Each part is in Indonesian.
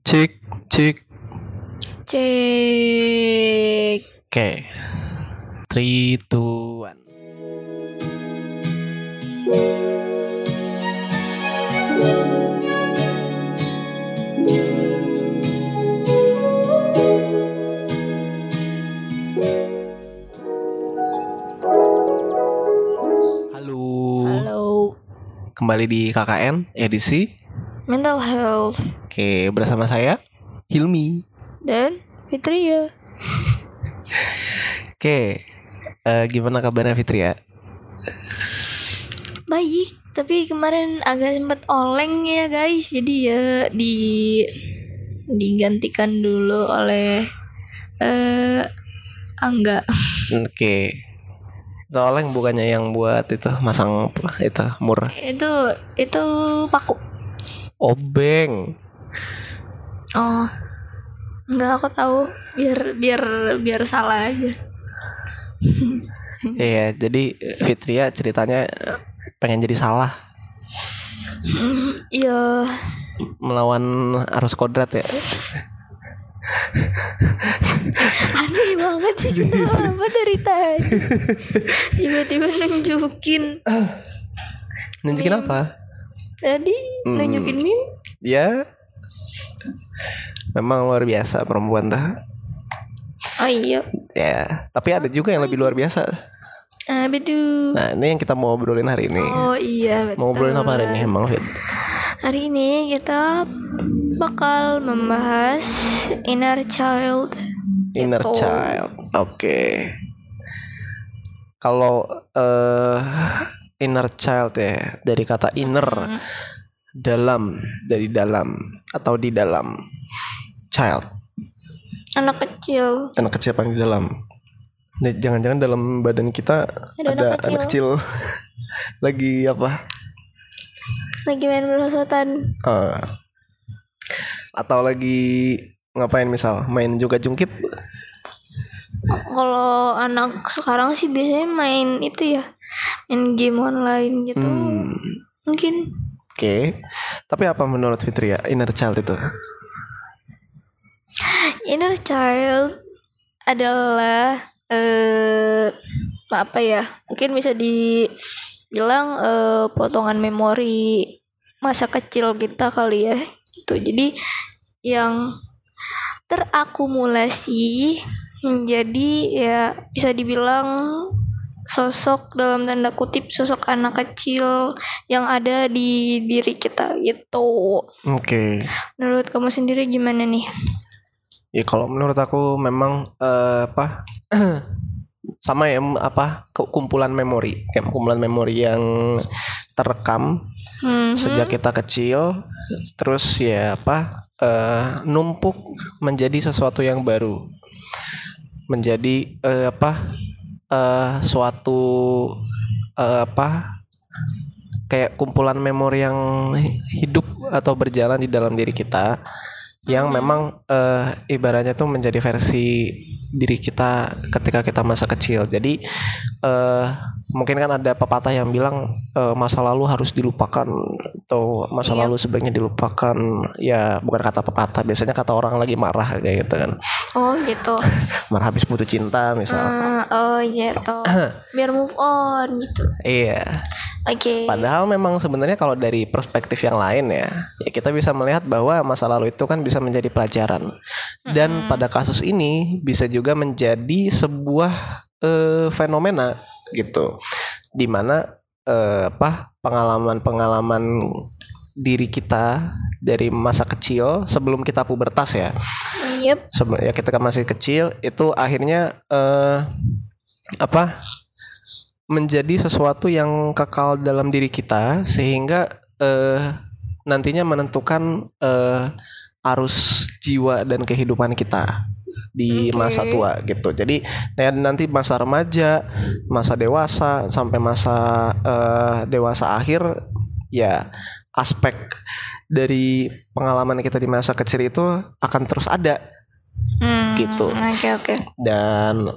Cik, cik. Cek. Oke. 3, 2, 1. Halo. Halo. Kembali di KKN edisi Mental health Oke, bersama saya Hilmi. dan Fitria. Oke. Gimana kabarnya Fitria? Baik, tapi kemarin agak sempat oleng ya guys. Jadi ya digantikan dulu oleh Angga. Oke. Tolong bukannya yang buat itu masang itu mur Itu paku. obeng. Oh. Enggak, aku tahu. Biar salah aja. Iya, jadi Fitria ceritanya pengen jadi salah Iya. melawan arus kodrat ya. Aneh banget sih apa dari tadi. Tiba-tiba nunjukin. Nunjukin apa? Tadi nunjukin meme. Ya, memang luar biasa perempuan tuh. Oh iya. Ya, tapi ada juga yang lebih luar biasa. Betul. Nah, ini yang kita mau obrolin hari ini. Oh iya betul. Mau obrolin apa hari ini emang, Fit? Hari ini kita bakal membahas inner child. Inner Gitu. child. Oke. Kalau inner child ya, dari kata inner, dalam, dari dalam atau di dalam. Child, Anak kecil. anak kecil paling di dalam. Nah, jangan-jangan dalam badan kita ada anak kecil lagi apa? Lagi main berosotan. Atau lagi ngapain, misal main juga jungkit. Kalau anak sekarang sih biasanya main itu ya, main game online gitu. Mungkin. Oke. Tapi apa menurut Fitria inner child itu? Inner child adalah apa ya? Mungkin bisa dibilang potongan memori masa kecil kita kali ya. Gitu. Jadi yang terakumulasi menjadi ya bisa dibilang sosok dalam tanda kutip sosok anak kecil yang ada di diri kita gitu. Oke. Menurut kamu sendiri gimana nih? Ya kalau menurut aku memang apa sama ya, kumpulan memori, kayak kumpulan memori yang terekam sejak kita kecil, terus ya numpuk menjadi sesuatu yang baru, menjadi suatu kayak kumpulan memori yang hidup atau berjalan di dalam diri kita, yang memang ibaratnya tuh menjadi versi diri kita ketika kita masa kecil. Jadi mungkin kan ada pepatah yang bilang masa lalu harus dilupakan atau masa lalu sebaiknya dilupakan. Ya bukan kata pepatah, biasanya kata orang lagi marah kayak gitu kan. Oh gitu. Marah habis putus cinta misal. Oh gitu. Biar move on gitu. Iya. Oke. Padahal memang sebenarnya kalau dari perspektif yang lain ya kita bisa melihat bahwa masa lalu itu kan bisa menjadi pelajaran. Dan pada kasus ini bisa juga menjadi sebuah fenomena gitu, dimana pengalaman diri kita dari masa kecil sebelum kita pubertas ya. Yep. Ya ketika masih kecil itu akhirnya menjadi sesuatu yang kekal dalam diri kita, sehingga nantinya menentukan arus jiwa dan kehidupan kita di masa tua gitu. Jadi nanti masa remaja, masa dewasa sampai masa dewasa akhir ya, aspek dari pengalaman kita di masa kecil itu akan terus ada gitu. Oke. Dan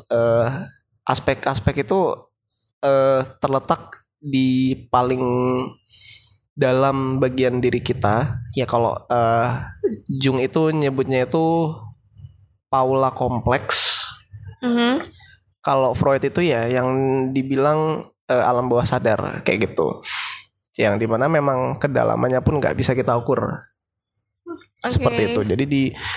aspek-aspek itu terletak di dalam bagian diri kita. Ya kalau Jung itu nyebutnya itu Paula kompleks. Kalau Freud itu ya yang dibilang alam bawah sadar kayak gitu. Yang dimana memang kedalamannya pun nggak bisa kita ukur. Seperti itu. Jadi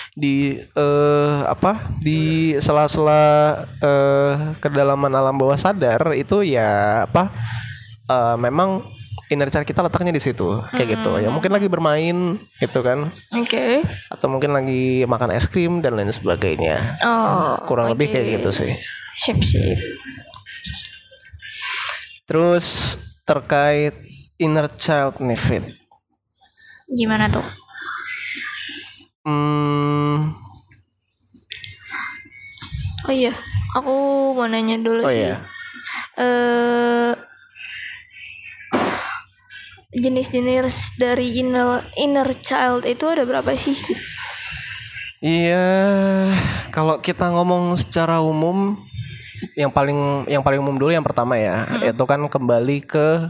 di sela-sela kedalaman alam bawah sadar itu ya memang inner child kita letaknya di situ kayak gitu. Ya mungkin lagi bermain gitu kan. Atau mungkin lagi makan es krim dan lain sebagainya. Kurang lebih kayak gitu sih. Sip. Terus terkait inner child nih Fit. Gimana tuh? Oh iya, aku mau nanya dulu sih. Iya. Jenis-jenis dari inner child itu ada berapa sih? Iya, kalau kita ngomong secara umum, yang paling umum dulu yang pertama ya, itu kan kembali ke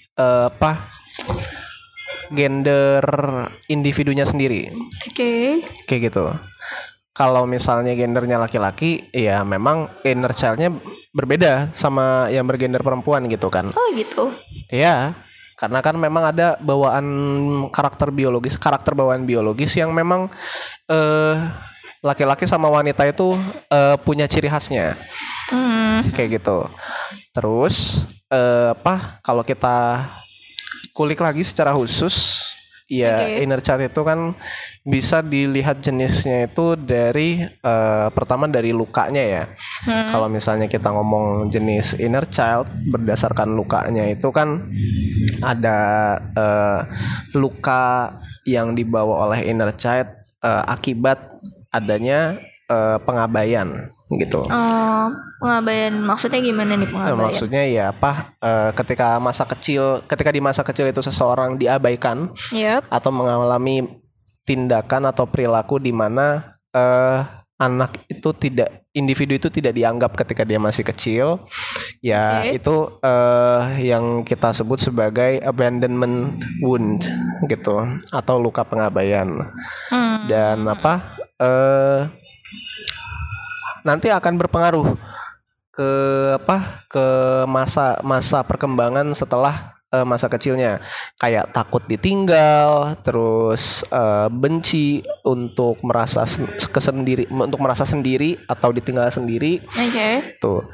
gender individunya sendiri. Kayak gitu. Kalau misalnya gendernya laki-laki, ya memang inner child-nya berbeda sama yang bergender perempuan gitu kan. Oh gitu. Iya, karena kan memang ada karakter bawaan biologis yang memang laki-laki sama wanita itu punya ciri khasnya. Kayak gitu. Terus kalau kita kulik lagi secara khusus, ya inner child itu kan bisa dilihat jenisnya itu dari pertama dari lukanya ya. Kalau misalnya kita ngomong jenis inner child berdasarkan lukanya itu kan ada luka yang dibawa oleh inner child akibat adanya pengabaian gitu. Pengabaian maksudnya gimana nih pengabaian? Maksudnya ya ketika di masa kecil itu seseorang diabaikan atau mengalami tindakan atau perilaku di mana individu itu tidak dianggap ketika dia masih kecil, ya itu yang kita sebut sebagai abandonment wound gitu atau luka pengabaian. Dan nanti akan berpengaruh ke masa perkembangan setelah masa kecilnya, kayak takut ditinggal, terus benci untuk merasa sendiri atau ditinggal sendiri. Tuh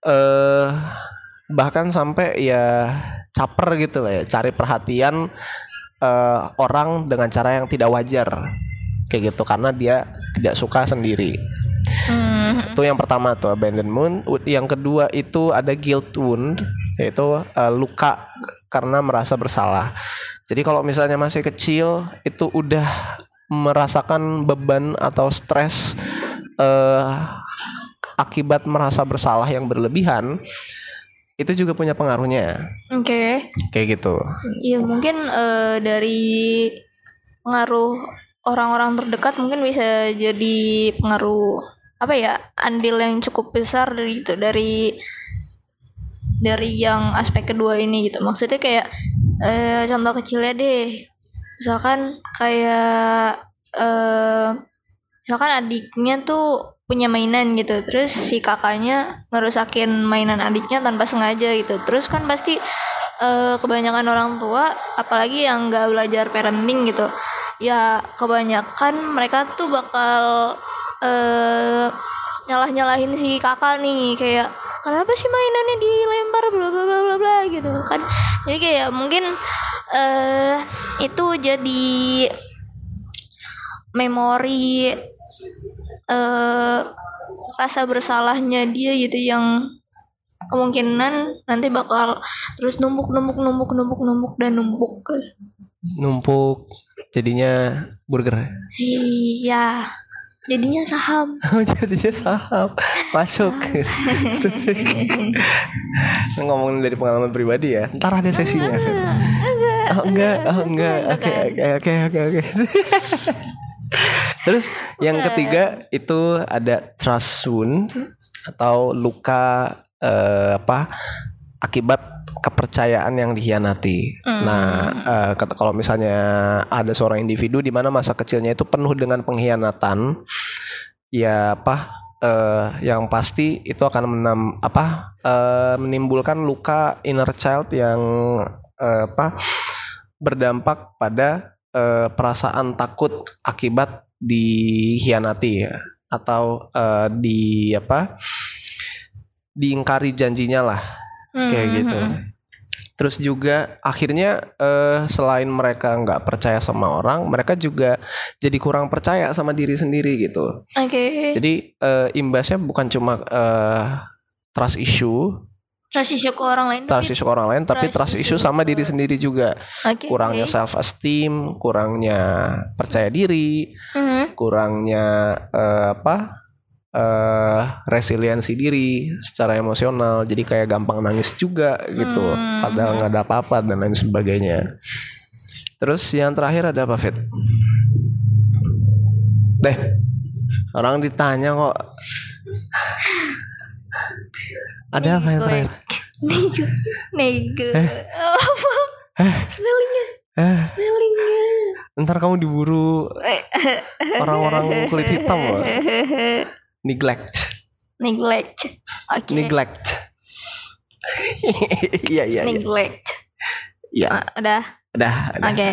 bahkan sampai ya caper gitu lah ya, cari perhatian orang dengan cara yang tidak wajar kayak gitu karena dia tidak suka sendiri. Itu yang pertama tuh abandonment. Yang kedua itu ada guilt wound, yaitu luka karena merasa bersalah. Jadi kalau misalnya masih kecil itu udah merasakan beban atau stres akibat merasa bersalah yang berlebihan, itu juga punya pengaruhnya. Kayak gitu. Iya mungkin dari pengaruh orang-orang terdekat mungkin bisa jadi pengaruh andil yang cukup besar dari yang aspek kedua ini gitu. Maksudnya kayak contoh kecilnya deh, misalkan kayak misalkan adiknya tuh punya mainan gitu, terus si kakaknya ngerusakin mainan adiknya tanpa sengaja gitu. Terus kan pasti kebanyakan orang tua, apalagi yang nggak belajar parenting gitu, ya kebanyakan mereka tuh bakal nyalahin si kakak nih, kayak kenapa sih mainannya dilempar bla bla bla bla bla gitu kan. Jadi kayak mungkin itu jadi memori rasa bersalahnya dia gitu, yang kemungkinan nanti bakal terus numpuk dan numpuk jadinya burger. Iya, jadinya saham. Jadinya saham masuk. Ngomongin dari pengalaman pribadi ya, ntar ada sesinya. Enggak. Oke. Terus yang ketiga itu ada trust wound atau luka akibat kepercayaan yang dikhianati. Nah, kalau misalnya ada seorang individu di mana masa kecilnya itu penuh dengan pengkhianatan, ya yang pasti itu akan menimbulkan luka inner child yang berdampak pada perasaan takut akibat dikhianati ya, atau diingkari janjinya lah, kayak gitu. Terus juga akhirnya selain mereka nggak percaya sama orang, mereka juga jadi kurang percaya sama diri sendiri gitu. Oke. Jadi imbasnya bukan cuma trust issue ke orang lain, tapi trust issue sama diri sendiri juga. Kurangnya self esteem, kurangnya percaya diri, kurangnya resiliensi diri secara emosional, jadi kayak gampang nangis juga gitu, padahal nggak ada apa-apa dan lain sebagainya. Terus yang terakhir ada apa, Fit? Orang ditanya kok. Ada apa yang terakhir? Nego. Spellingnya. Ntar kamu diburu orang-orang kulit hitam loh. Neglect. Okay. Neglect. Iya. Neglect. Iya. Udah. Oke.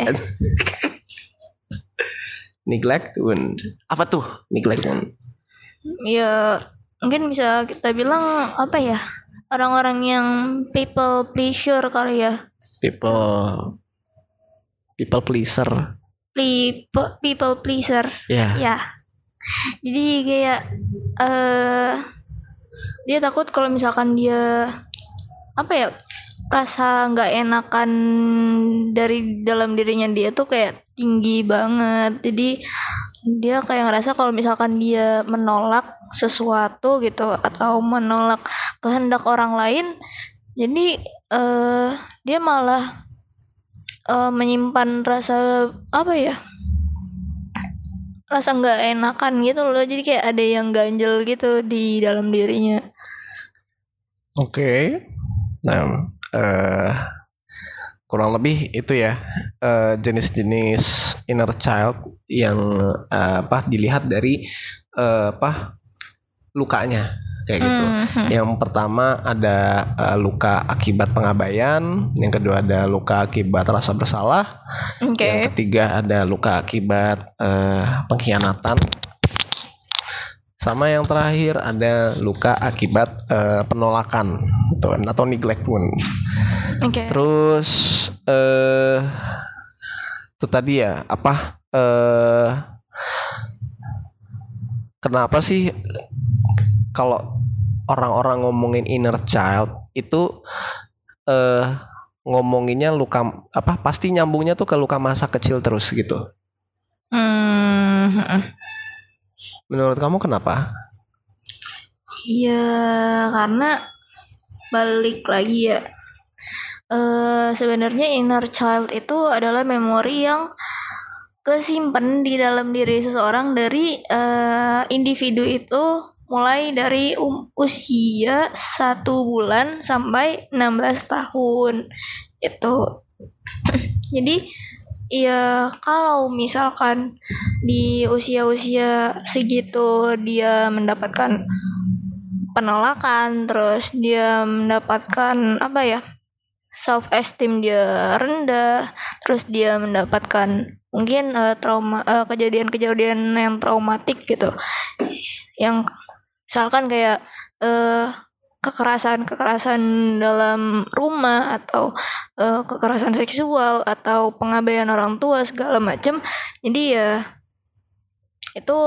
Neglect wound. Apa tuh neglect wound? Ya, mungkin bisa kita bilang apa ya? Orang-orang yang people pleasure kali ya. People pleaser. People pleaser. Ya. Jadi kayak dia takut kalau misalkan dia rasa nggak enakan dari dalam dirinya dia tuh kayak tinggi banget. Jadi dia kayak ngerasa kalau misalkan dia menolak sesuatu gitu atau menolak kehendak orang lain, jadi dia malah menyimpan rasa rasa nggak enakan gitu loh. Jadi kayak ada yang ganjel gitu di dalam dirinya. Oke. Nah, kurang lebih itu ya jenis-jenis inner child yang dilihat dari lukanya kayak gitu. Yang pertama ada luka akibat pengabaian, yang kedua ada luka akibat rasa bersalah, yang ketiga ada luka akibat pengkhianatan, sama yang terakhir ada luka akibat penolakan atau neglect wound. Terus itu tadi ya kenapa sih kalau orang-orang ngomongin inner child itu ngomonginnya luka pasti nyambungnya tuh ke luka masa kecil terus gitu. Menurut kamu kenapa? Iya, karena balik lagi ya. Sebenarnya inner child itu adalah memori yang kesimpan di dalam diri seseorang dari individu itu mulai dari usia 1 bulan sampai 16 tahun itu. Jadi ya kalau misalkan di usia-usia segitu dia mendapatkan penolakan, terus dia mendapatkan self esteem dia rendah, terus dia mendapatkan mungkin kejadian-kejadian yang traumatik gitu, yang misalkan kayak kekerasan dalam rumah atau kekerasan seksual atau pengabaian orang tua segala macam. Jadi ya itu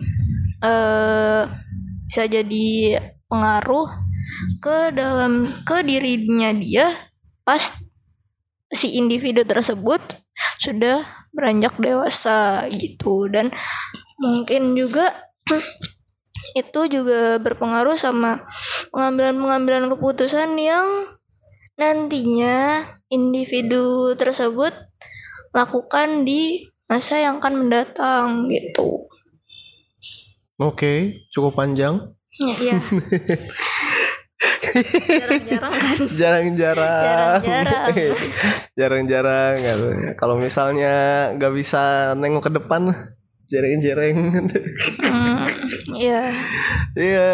bisa jadi pengaruh ke dirinya dia pas si individu tersebut sudah beranjak dewasa gitu. Dan mungkin juga itu juga berpengaruh sama pengambilan keputusan yang nantinya individu tersebut lakukan di masa yang akan mendatang gitu. Oke, cukup panjang. Iya. Jarang-jarang kan. Jarang-jarang. Jarang-jarang. Jarang-jarang gitu. Kalau misalnya nggak bisa nengok ke depan, jereng-jereng. Iya. Iya,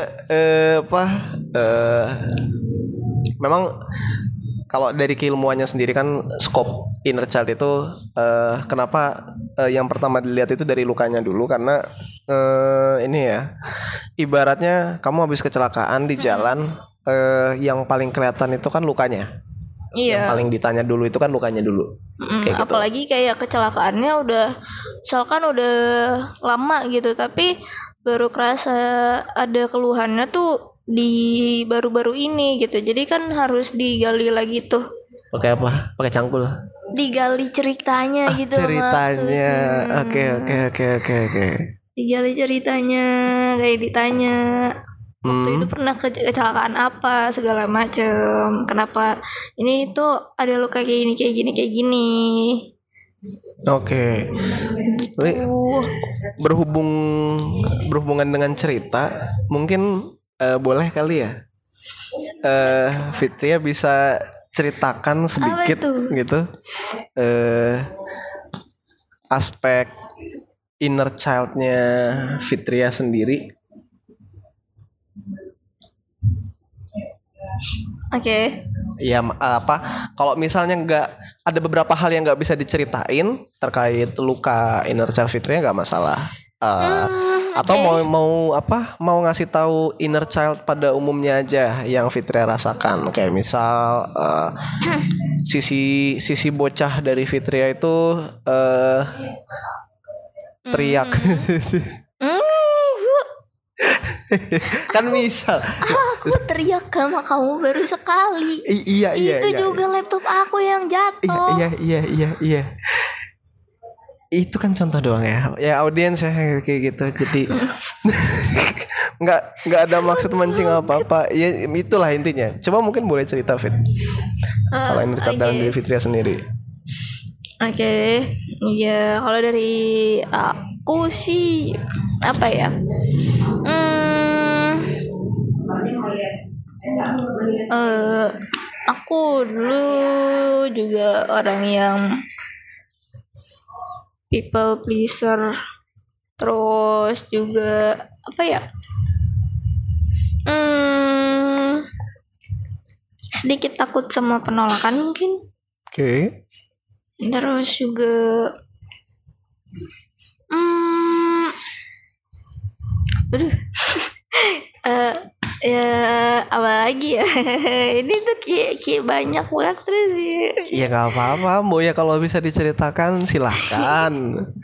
memang kalau dari keilmuannya sendiri kan scope inner child itu kenapa yang pertama dilihat itu dari lukanya dulu karena ini ya, ibaratnya kamu habis kecelakaan di jalan, yang paling kelihatan itu kan lukanya. Yang Iya. paling ditanya dulu itu kan lukanya dulu. Kayak gitu. Apalagi kayak kecelakaannya udah misalkan udah lama gitu, tapi baru kerasa ada keluhannya tuh di baru-baru ini gitu. Jadi kan harus digali lagi tuh. Pakai apa? Pakai cangkul. Digali ceritanya gitu Ceritanya. maksudnya. Oke. Digali ceritanya, kayak ditanya waktu itu pernah kecelakaan apa segala macem, kenapa ini tuh ada luka kayak gini. Oke. Jadi, berhubungan dengan cerita, mungkin boleh kali ya, Fitria bisa ceritakan sedikit gitu, aspek inner child-nya Fitria sendiri. Oke. Ya kalau misalnya nggak ada beberapa hal yang nggak bisa diceritain terkait luka inner child Fitria nggak masalah. Atau mau ngasih tahu inner child pada umumnya aja yang Fitria rasakan, kayak misal sisi bocah dari Fitria itu teriak. Kan misal aku teriak sama kamu baru sekali. Iya. Itu juga laptop aku yang jatuh. Iya. Itu kan contoh doang ya. Ya audiens ya kayak gitu. Jadi nggak ada maksud mancing apa-apa. Ya itulah intinya. Coba mungkin boleh cerita Fit. Kalau inner child dalam diri Fitria sendiri. Oke. Iya, kalau dari aku sih apa ya? Aku dulu juga orang yang people pleaser, terus juga apa ya, sedikit takut sama penolakan mungkin. Oke. Terus juga ya apa lagi ya. Ini tuh kayak banyak banget terus ya. Ya nggak apa-apa, Mbak ya, kalau bisa diceritakan silahkan.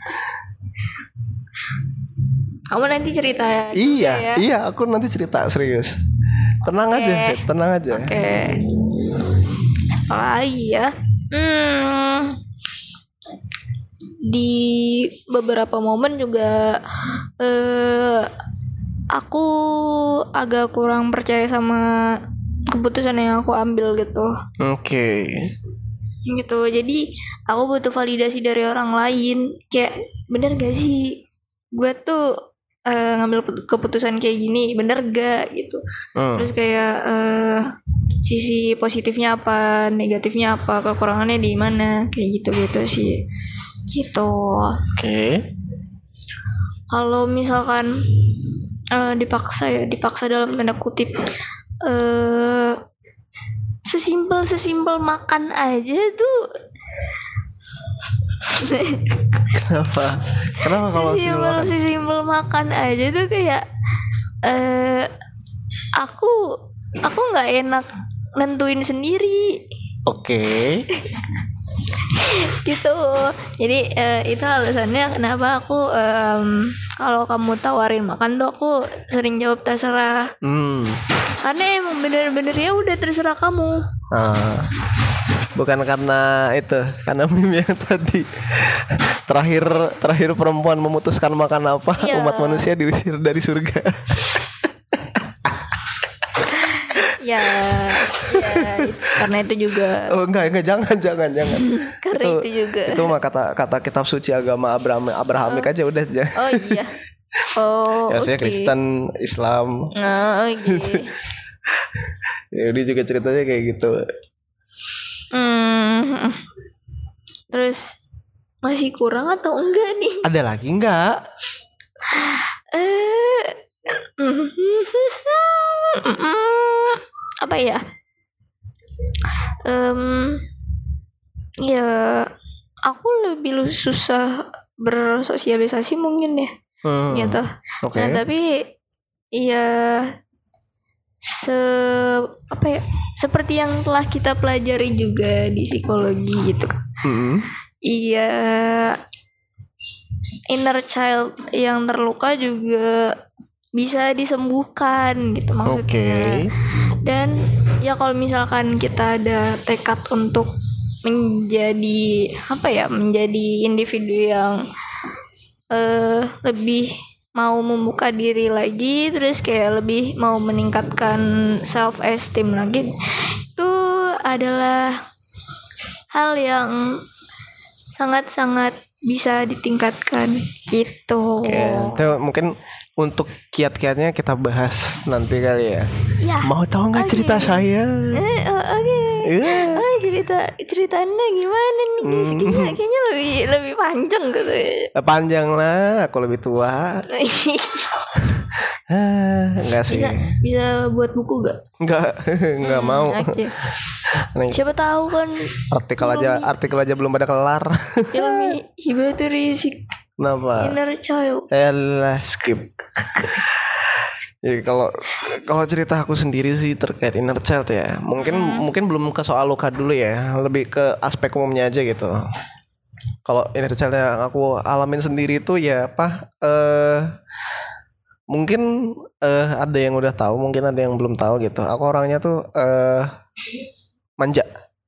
Kamu nanti cerita. Iya, aku nanti cerita serius. Tenang aja, Fit, tenang aja. Oke. Apa lagi ya? Di beberapa momen juga aku agak kurang percaya sama keputusan yang aku ambil gitu. Oke. Gitu. Jadi aku butuh validasi dari orang lain. Kayak bener gak sih gue tuh ngambil keputusan kayak gini, bener gak gitu. Terus kayak sisi positifnya apa, negatifnya apa, kekurangannya di mana, kayak gitu sih. Gitu. Oke. Kalau misalkan dipaksa dalam tanda kutip, sesimpel makan aja tuh. Kenapa kalau sesimpel makan aja tuh kayak aku nggak enak nentuin sendiri. Oke. Gitu. Jadi itu alasannya kenapa aku kalau kamu tawarin makan tuh aku sering jawab terserah. Karena emang bener-bener ya udah terserah kamu. Bukan karena itu, karena meme yang tadi terakhir perempuan memutuskan makan apa, umat manusia diusir dari surga. Ya, karena itu juga. Oh enggak, jangan. Karena itu juga. Itu mah kata kitab suci agama Abrahamik aja udah. Oh iya. Oh, ya, saya Kristen, Islam. Gitu. Ya dia juga ceritanya kayak gitu. Terus masih kurang atau enggak nih? Ada lagi enggak? Apa ya? Ya aku lebih susah bersosialisasi mungkin ya. Gitu. Oke. Nah, tapi ya seperti yang telah kita pelajari juga di psikologi gitu. Iya, inner child yang terluka juga bisa disembuhkan gitu maksudnya. Dan ya kalau misalkan kita ada tekad untuk menjadi menjadi individu yang lebih mau membuka diri lagi, terus kayak lebih mau meningkatkan self esteem lagi, itu adalah hal yang sangat-sangat bisa ditingkatkan gitu. Itu mungkin untuk kiat-kiatnya kita bahas nanti kali ya. Ya. Mau tahu nggak cerita saya? Cerita Anda gimana nih guys? Kayaknya lebih panjang gitu ya. Panjang lah, aku lebih tua. Enggak sih. Bisa buat buku gak? Enggak mau. Okay. Siapa tahu kan artikel aja belum pada kelar. Ilmi Hibatul Rizq. Kenapa? Inner child. Skip. Ya kalau cerita aku sendiri sih terkait inner child ya. Mungkin belum ke soal luka dulu ya, lebih ke aspek umumnya aja gitu. Kalau inner child yang aku alamin sendiri itu ya mungkin ada yang udah tahu, mungkin ada yang belum tahu gitu. Aku orangnya tuh manja.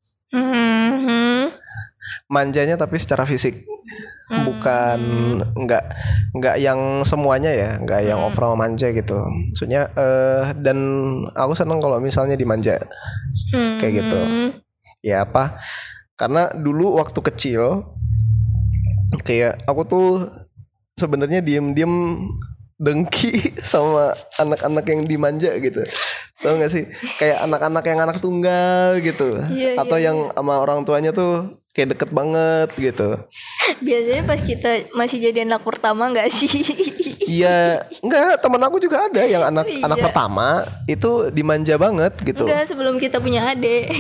Manjanya tapi secara fisik. Bukan enggak yang semuanya ya, enggak yang overall manja gitu. Maksudnya dan aku seneng kalau misalnya dimanja. Kayak gitu. Ya karena dulu waktu kecil kayak aku tuh sebenarnya diem-diem dengki sama anak-anak yang dimanja gitu. Tahu gak sih? Kayak anak-anak yang anak tunggal gitu. Atau yang sama orang tuanya tuh kayak deket banget gitu. Biasanya pas kita masih jadi anak pertama gak sih? Iya, enggak, teman aku juga ada yang anak pertama itu dimanja banget gitu. Enggak, sebelum kita punya adik.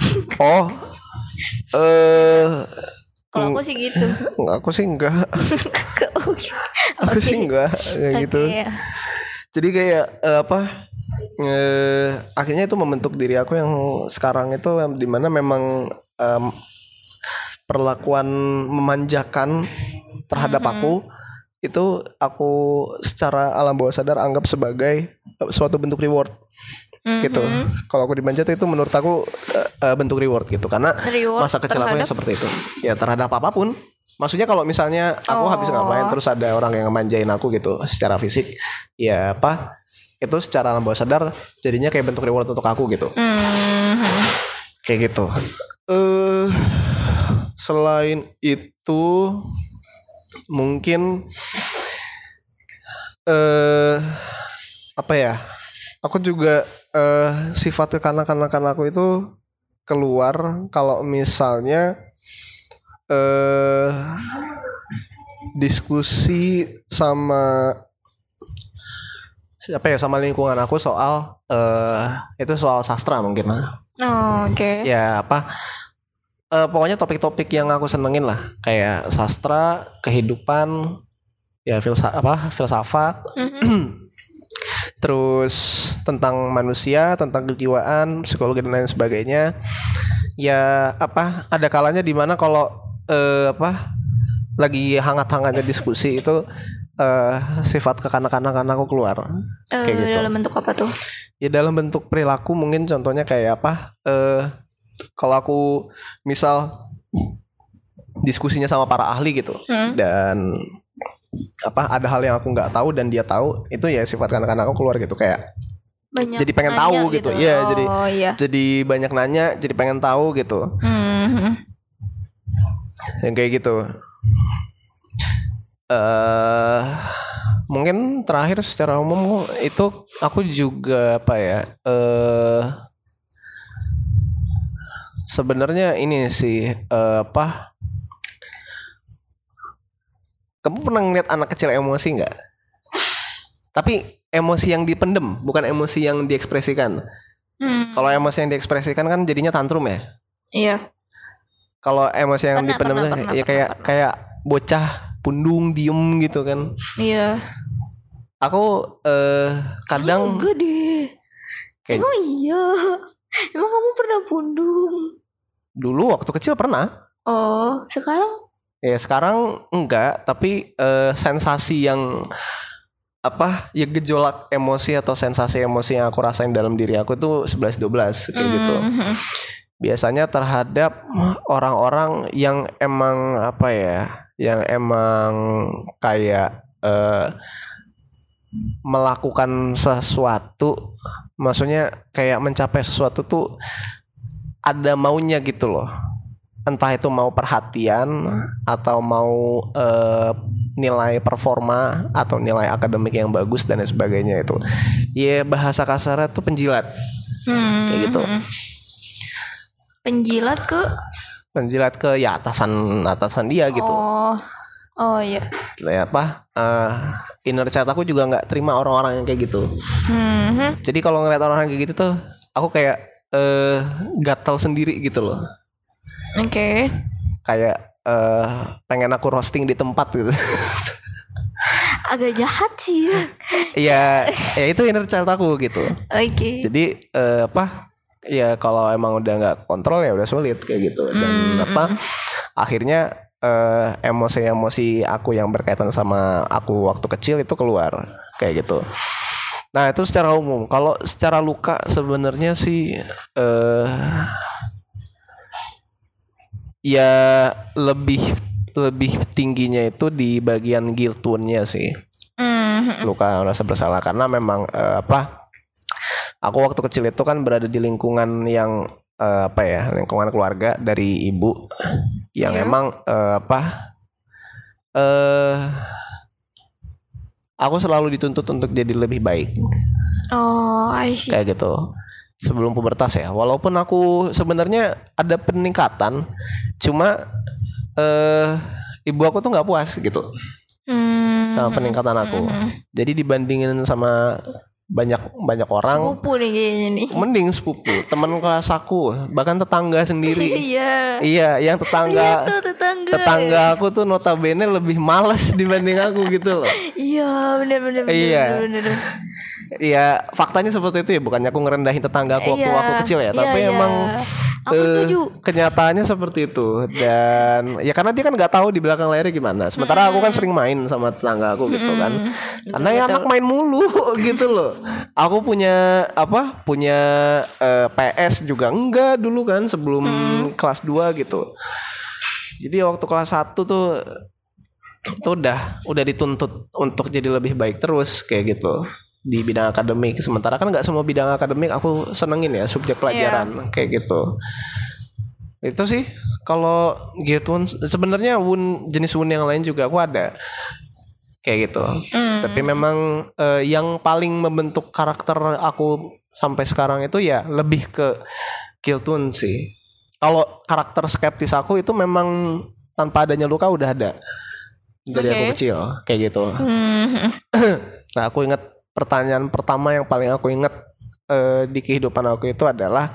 Kalau aku sih gitu. Aku sih enggak. Aku sih enggak kayak gitu. Ya. Jadi kayak akhirnya itu membentuk diri aku yang sekarang itu dimana memang perlakuan memanjakan terhadap aku itu aku secara alam bawah sadar anggap sebagai suatu bentuk reward. Gitu. Kalau aku dimanja itu menurut aku bentuk reward gitu karena masa kecil aku yang seperti itu. Ya terhadap apapun. Maksudnya kalau misalnya aku habis ngapain terus ada orang yang manjain aku gitu secara fisik, ya itu secara alam bawah sadar jadinya kayak bentuk reward untuk aku gitu. Kayak gitu. Selain itu mungkin aku juga sifat kekanak-kanakan aku itu keluar kalau misalnya diskusi sama sama lingkungan aku soal itu soal sastra mungkin lah. Oke. Ya pokoknya topik-topik yang aku senengin lah kayak sastra, kehidupan, ya filsafat. Terus tentang manusia, tentang kejiwaan, psikologi dan lain sebagainya. Ya ada kalanya di mana kalau lagi hangat-hangatnya diskusi itu sifat kekanak-kanakan aku keluar. Kayak gitu. Dalam bentuk apa tuh? Ya dalam bentuk perilaku mungkin contohnya kayak kalau aku misal diskusinya sama para ahli gitu dan ada hal yang aku nggak tahu dan dia tahu, itu ya sifat kanak-kanak aku keluar gitu kayak banyak jadi pengen tahu gitu. Ya jadi banyak nanya, jadi pengen tahu gitu. Yang kayak gitu. Mungkin terakhir secara umum itu aku juga sebenarnya ini sih apa? Kamu pernah ngeliat anak kecil emosi nggak? Tapi emosi yang dipendem, bukan emosi yang diekspresikan. Kalau emosi yang diekspresikan kan jadinya tantrum ya. Iya. Kalau emosi yang dipendem ya kayak bocah pundung diem gitu kan. Iya. Aku kadang enggak deh. Emang iya. Emang kamu pernah pundung? Dulu waktu kecil pernah. Oh, sekarang? Ya sekarang enggak, tapi sensasi yang apa ya, gejolak emosi atau sensasi emosi yang aku rasain dalam diri aku tuh 11-12 kayak gitu. Biasanya terhadap orang-orang yang emang apa ya, yang emang kayak melakukan sesuatu, maksudnya kayak mencapai sesuatu tuh ada maunya gitu loh. Entah itu mau perhatian atau mau nilai performa atau nilai akademik yang bagus dan sebagainya itu. Ya bahasa kasarnya tuh penjilat. Kayak gitu. Penjilat ke ya atasan dia gitu. Oh iya. Apa? Inner child aku juga nggak terima orang-orang yang kayak gitu. Jadi kalau ngeliat orang kayak gitu tuh, aku kayak gatal sendiri gitu loh. Oke. Kayak pengen aku roasting di tempat gitu. Agak jahat sih ya. Iya, ya itu inner child aku gitu. Oke. Jadi apa? Ya kalau emang udah nggak kontrol ya udah sulit kayak gitu. Dan apa? Akhirnya emosi-emosi aku yang berkaitan sama aku waktu kecil itu keluar kayak gitu. Nah itu secara umum. Kalau secara luka sebenarnya sih ya lebih tingginya itu di bagian guilt wound-nya sih. Luka rasa bersalah karena memang apa? Aku waktu kecil itu kan berada di lingkungan yang apa ya, lingkungan keluarga dari ibu yang emang aku selalu dituntut untuk jadi lebih baik. Oh, I see. Kayak gitu. Sebelum pubertas ya. Walaupun aku sebenarnya ada peningkatan, cuma ibu aku tuh nggak puas gitu sama peningkatan aku. Jadi dibandingin sama banyak orang, sepupu nih kayaknya nih. Mending sepupu, teman kelas aku, bahkan tetangga sendiri. Iya, yang tetangga aku tuh notabene lebih malas dibanding aku gitu loh. Iya, benar. Iya, faktanya seperti itu ya. Bukannya aku ngerendahin tetangga aku waktu aku kecil ya, tapi emang kenyataannya seperti itu. Dan ya karena dia kan nggak tahu di belakang layarnya gimana. Sementara aku kan sering main sama tetangga aku gitu kan. Karena ya anak main mulu gitu loh. Aku punya PS juga enggak dulu kan sebelum kelas 2 gitu. Jadi waktu kelas 1 tuh itu udah dituntut untuk jadi lebih baik terus kayak gitu di bidang akademik. Sementara kan nggak semua bidang akademik aku senengin ya, subjek pelajaran kayak gitu. Itu sih kalau gitu. Sebenarnya jenis wound yang lain juga aku ada kayak gitu. Tapi memang yang paling membentuk karakter aku sampai sekarang itu ya lebih ke guilt wound sih. Kalau karakter skeptis aku itu memang tanpa adanya luka udah ada dari aku kecil kayak gitu. Nah aku ingat pertanyaan pertama yang paling aku ingat di kehidupan aku itu adalah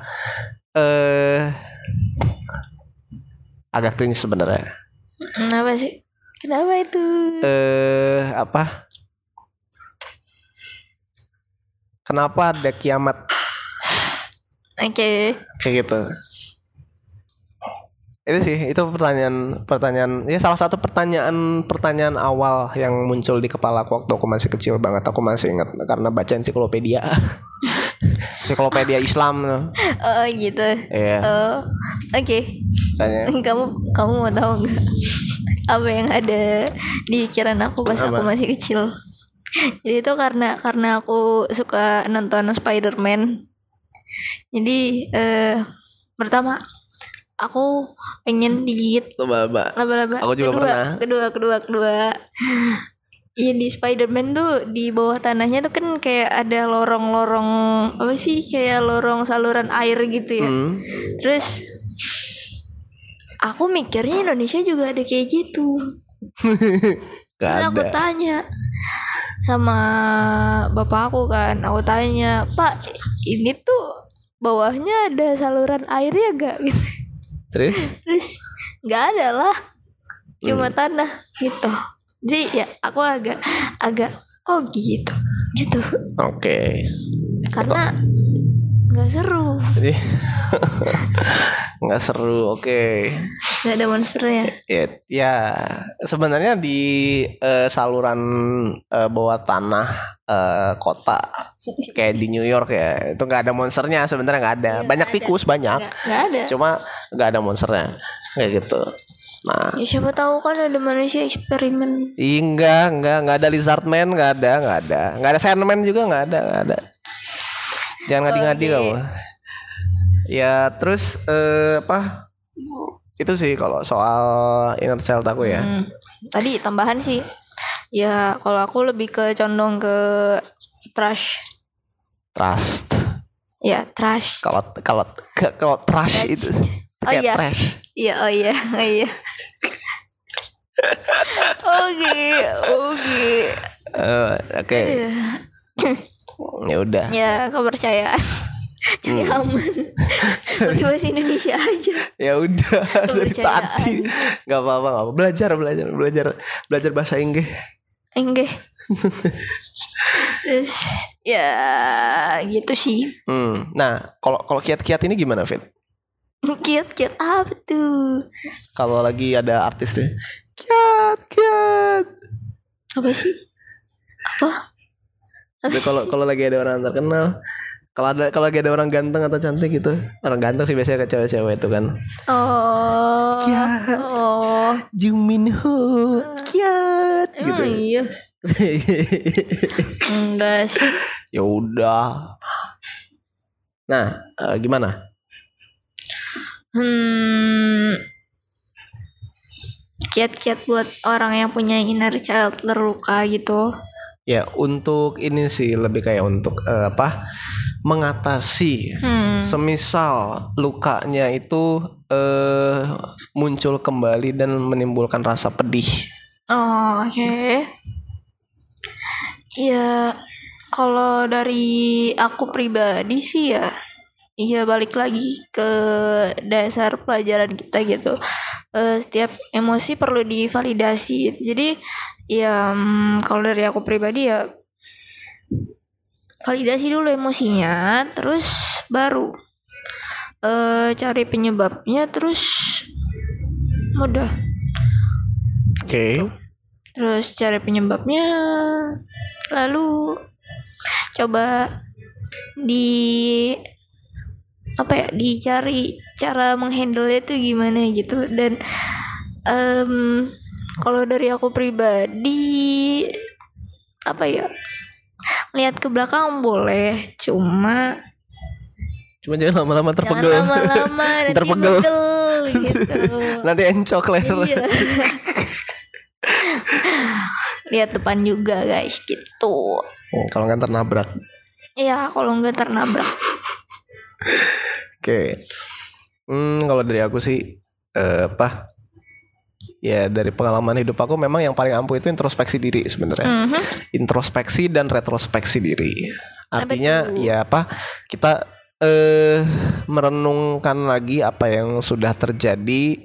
agak cringe sebenarnya. Apa sih? Kenapa itu? Apa? Kenapa ada kiamat? Kayak gitu. Itu sih, itu pertanyaan ya, salah satu pertanyaan awal yang muncul di kepala aku waktu aku masih kecil banget. Aku masih ingat karena baca ensiklopedia. Ensiklopedia Islam. Oh gitu. Iya. Oh, oke. Kamu mau tahu nggak apa yang ada di pikiran aku pas aku masih kecil? Jadi itu karena aku suka nonton Spider-Man. Jadi pertama aku pengen digigit laba-laba. Aku juga pernah. Kedua. Iya, di Spider-Man tuh di bawah tanahnya tuh kan kayak ada lorong-lorong, apa sih, kayak lorong saluran air gitu ya. Terus aku mikirnya Indonesia juga ada kayak gitu. Gak Terus aku ada. tanya sama bapak aku kan, aku tanya, Pak, ini tuh bawahnya ada saluran airnya gak? Terus? Terus nggak ada lah, cuma tanah gitu. Jadi ya aku agak kok gitu Oke. karena nggak seru, Jadi nggak seru. Oke. nggak ada monsternya. Ya, sebenarnya di saluran bawah tanah kota kayak di New York ya, itu nggak ada monsternya sebenarnya, nggak ada. Iya, Banyak nggak ada. tikus banyak, Nggak ada. cuma nggak ada monsternya kayak gitu. Nah, Ya siapa tahu kan ada manusia eksperimen. enggak ada lizardman, nggak ada sandman juga, nggak ada. Jangan ngadi-ngadi Oke. kamu. Ya terus apa? Itu sih kalau soal inner child aku ya. Tadi tambahan sih. Ya kalau aku lebih ke condong ke trash. Trust. Ya trash. Kalau trash itu Oh kayak iya. trash. Iya, oh iya, oh iya. Oke. Oke. Ya udah. Ya kepercayaan. Cari aman. Pakai bahasa Indonesia aja. Ya udah dari Kepercayaan. tadi. Gak apa-apa. Belajar bahasa Inggris. Enggak. Terus ya gitu sih. Nah, kalau kiat-kiat ini gimana, Fit? Kiat apa tuh? Kalau lagi ada artis tuh, kiat. Apa sih? Apa Jadi kalau lagi ada orang terkenal, kalau lagi ada orang ganteng atau cantik gitu, orang ganteng sih biasanya ke cewek-cewek itu kan. Oh. Kiat. Oh. Juminho, kiat gitu. Emang iya. Enggak sih. Ya udah. Nah, gimana? Kiat-kiat buat orang yang punya inner child terluka gitu. Ya untuk ini sih lebih kayak untuk apa? Mengatasi. Semisal lukanya itu muncul kembali dan menimbulkan rasa pedih. Oh, oke. Ya, kalau dari aku pribadi sih ya, iya balik lagi ke dasar pelajaran kita gitu. Setiap emosi perlu divalidasi. Jadi ya kalau dari aku pribadi ya validasi dulu emosinya, terus baru cari penyebabnya, terus mudah. Oke. Terus cari penyebabnya, lalu coba dicari cara menghandle itu gimana gitu. Dan kalau dari aku pribadi lihat ke belakang boleh, cuma jangan lama-lama terpegel. jangan lama-lama nanti Terpegel. pegel gitu. Nanti encok leher. Iya. Lihat depan juga guys gitu. Kalau nggak ternabrak. Iya, kalau nggak ternabrak. Oke. Kalau dari aku sih ya dari pengalaman hidup aku memang yang paling ampuh itu introspeksi diri sebenarnya. Introspeksi dan retrospeksi diri. Artinya ya kita merenungkan lagi apa yang sudah terjadi,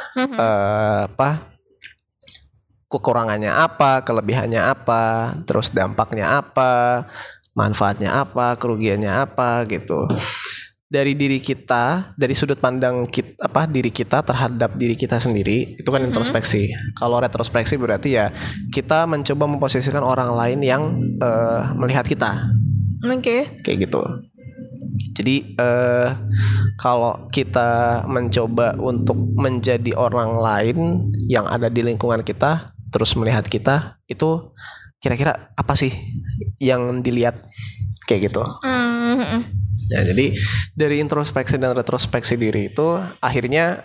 kekurangannya apa, kelebihannya apa, terus dampaknya apa, manfaatnya apa, kerugiannya apa gitu. Dari diri kita, dari sudut pandang diri kita terhadap diri kita sendiri, itu kan introspeksi. Kalau retrospeksi berarti ya kita mencoba memposisikan orang lain yang melihat kita. Oke. Kayak gitu. Jadi kalau kita mencoba untuk menjadi orang lain yang ada di lingkungan kita, terus melihat kita, itu kira-kira apa sih yang dilihat kayak gitu. Nah, jadi dari introspeksi dan retrospeksi diri itu akhirnya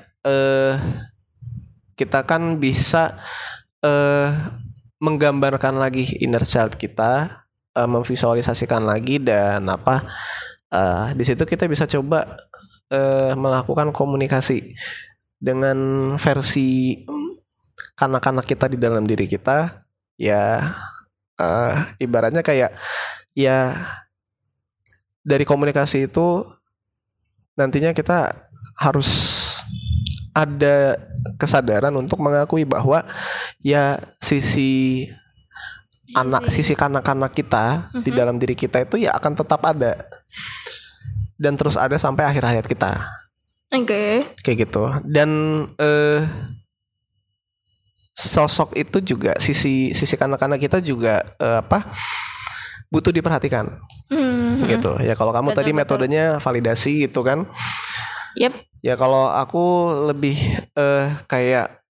kita kan bisa menggambarkan lagi inner child kita, memvisualisasikan lagi, dan di situ kita bisa coba melakukan komunikasi dengan versi kanak-kanak kita di dalam diri kita, ya ibaratnya kayak ya dari komunikasi itu nantinya kita harus ada kesadaran untuk mengakui bahwa ya sisi kanak-kanak kita di dalam diri kita itu ya akan tetap ada dan terus ada sampai akhir hayat kita. Oke. Kayak gitu. Dan sosok itu juga sisi kanak-kanak kita juga butuh diperhatikan. Gitu. Ya kalau kamu Betul, tadi betul. metodenya validasi gitu kan. Yep. Ya kalau aku lebih kayak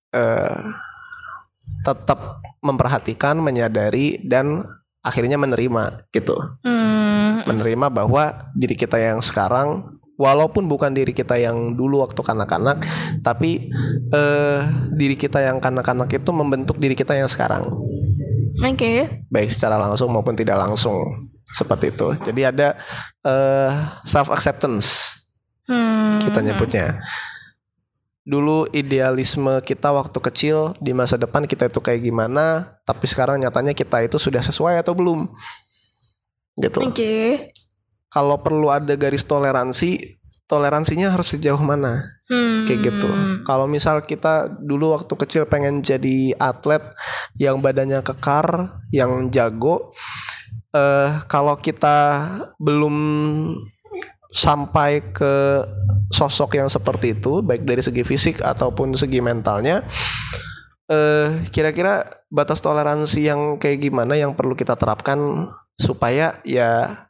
tetap memperhatikan, menyadari dan akhirnya menerima gitu. Menerima bahwa diri kita yang sekarang walaupun bukan diri kita yang dulu waktu kanak-kanak, tapi diri kita yang kanak-kanak itu membentuk diri kita yang sekarang. Oke. Baik secara langsung maupun tidak langsung. Seperti itu. Jadi ada self acceptance. Kita nyebutnya. Dulu idealisme kita waktu kecil, di masa depan kita itu kayak gimana, tapi sekarang nyatanya kita itu sudah sesuai atau belum. Gitu. Oke. Kalau perlu ada garis toleransi, toleransinya harus sejauh mana? Kayak gitu. Kalau misal kita dulu waktu kecil pengen jadi atlet yang badannya kekar, yang jago, kalau kita belum sampai ke sosok yang seperti itu, baik dari segi fisik ataupun segi mentalnya, kira-kira batas toleransi yang kayak gimana yang perlu kita terapkan supaya ya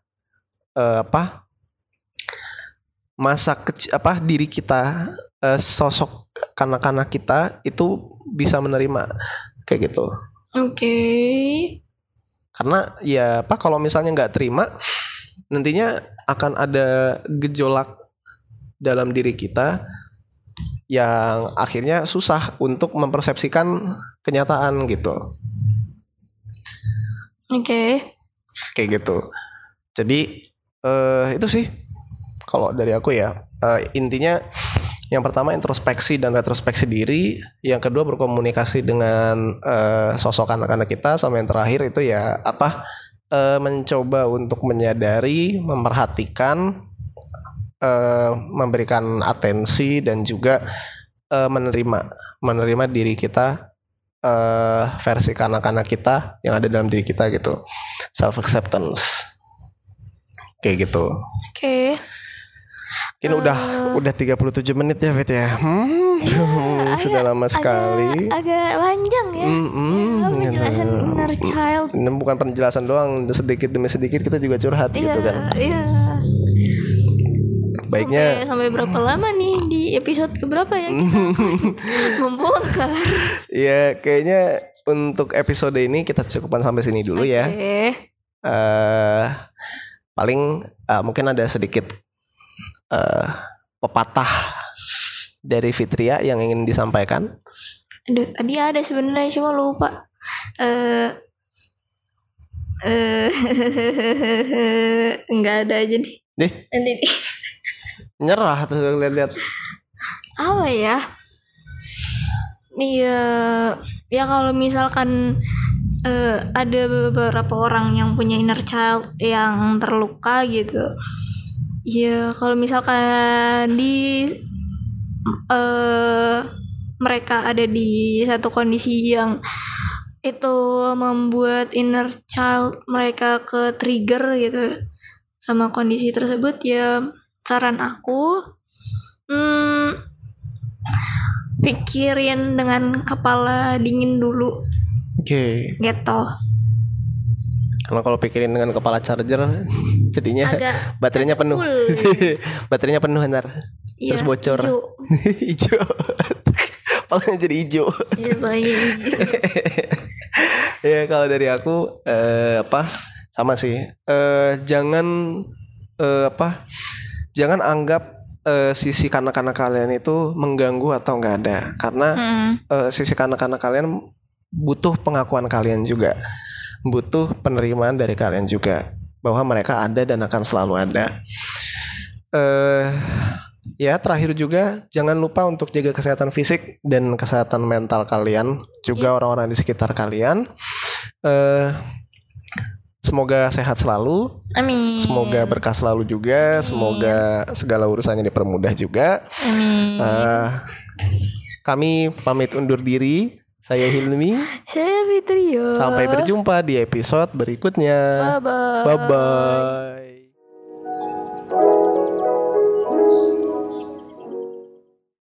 diri kita, sosok kanak-kanak kita itu bisa menerima kayak gitu. Oke. Karena ya kalau misalnya nggak terima, nantinya akan ada gejolak dalam diri kita yang akhirnya susah untuk mempersepsikan kenyataan gitu. Oke. Kayak gitu. Jadi itu sih kalau dari aku ya. Intinya yang pertama introspeksi dan retrospeksi diri, yang kedua berkomunikasi dengan sosok anak-anak kita, sama yang terakhir itu ya mencoba untuk menyadari, memperhatikan, memberikan atensi dan juga menerima diri kita, versi kanak-kanak kita yang ada dalam diri kita gitu. Self acceptance. Kayak gitu. Oke. Mungkin udah 37 menit ya Fit ya. Sudah lama sekali. Agak panjang ya. Penjelasan inner child. Ini bukan penjelasan doang, sedikit demi sedikit kita juga curhat gitu kan. Iya. Baiknya sampai berapa lama nih di episode keberapa ya kita membongkar. Ya kayaknya untuk episode ini kita cukupkan sampai sini dulu ya. Paling mungkin ada sedikit pepatah dari Fitria yang ingin disampaikan. Aduh, tadi ada sebenarnya cuma lupa. Enggak ada aja nih. Nanti nih. Nyerah tuh lihat-lihat. Apa ya? Iya, ya kalau misalkan ada beberapa orang yang punya inner child yang terluka gitu. Ya kalau misalkan mereka ada di satu kondisi yang itu membuat inner child mereka ke trigger gitu sama kondisi tersebut, ya saran aku pikirin dengan kepala dingin dulu. Oke. Gitu. Karena kalau pikirin dengan kepala charger jadinya baterainya penuh. Baterainya penuh ntar. Ya, terus bocor. Hijau. Palanya jadi hijau. Iya, palanya hijau. Ya kalau dari aku sama sih. Jangan anggap sisi kanak-kanak kalian itu mengganggu atau nggak ada. Karena sisi kanak-kanak kalian butuh pengakuan kalian juga, butuh penerimaan dari kalian juga bahwa mereka ada dan akan selalu ada. Ya, terakhir juga jangan lupa untuk jaga kesehatan fisik dan kesehatan mental kalian, juga orang-orang di sekitar kalian. Semoga sehat selalu. Amin. Semoga berkah selalu juga. Semoga segala urusannya dipermudah juga. Amin. Kami pamit undur diri. Saya Hilmi. Saya Fitria. Sampai berjumpa di episode berikutnya. Bye-bye. Bye-bye.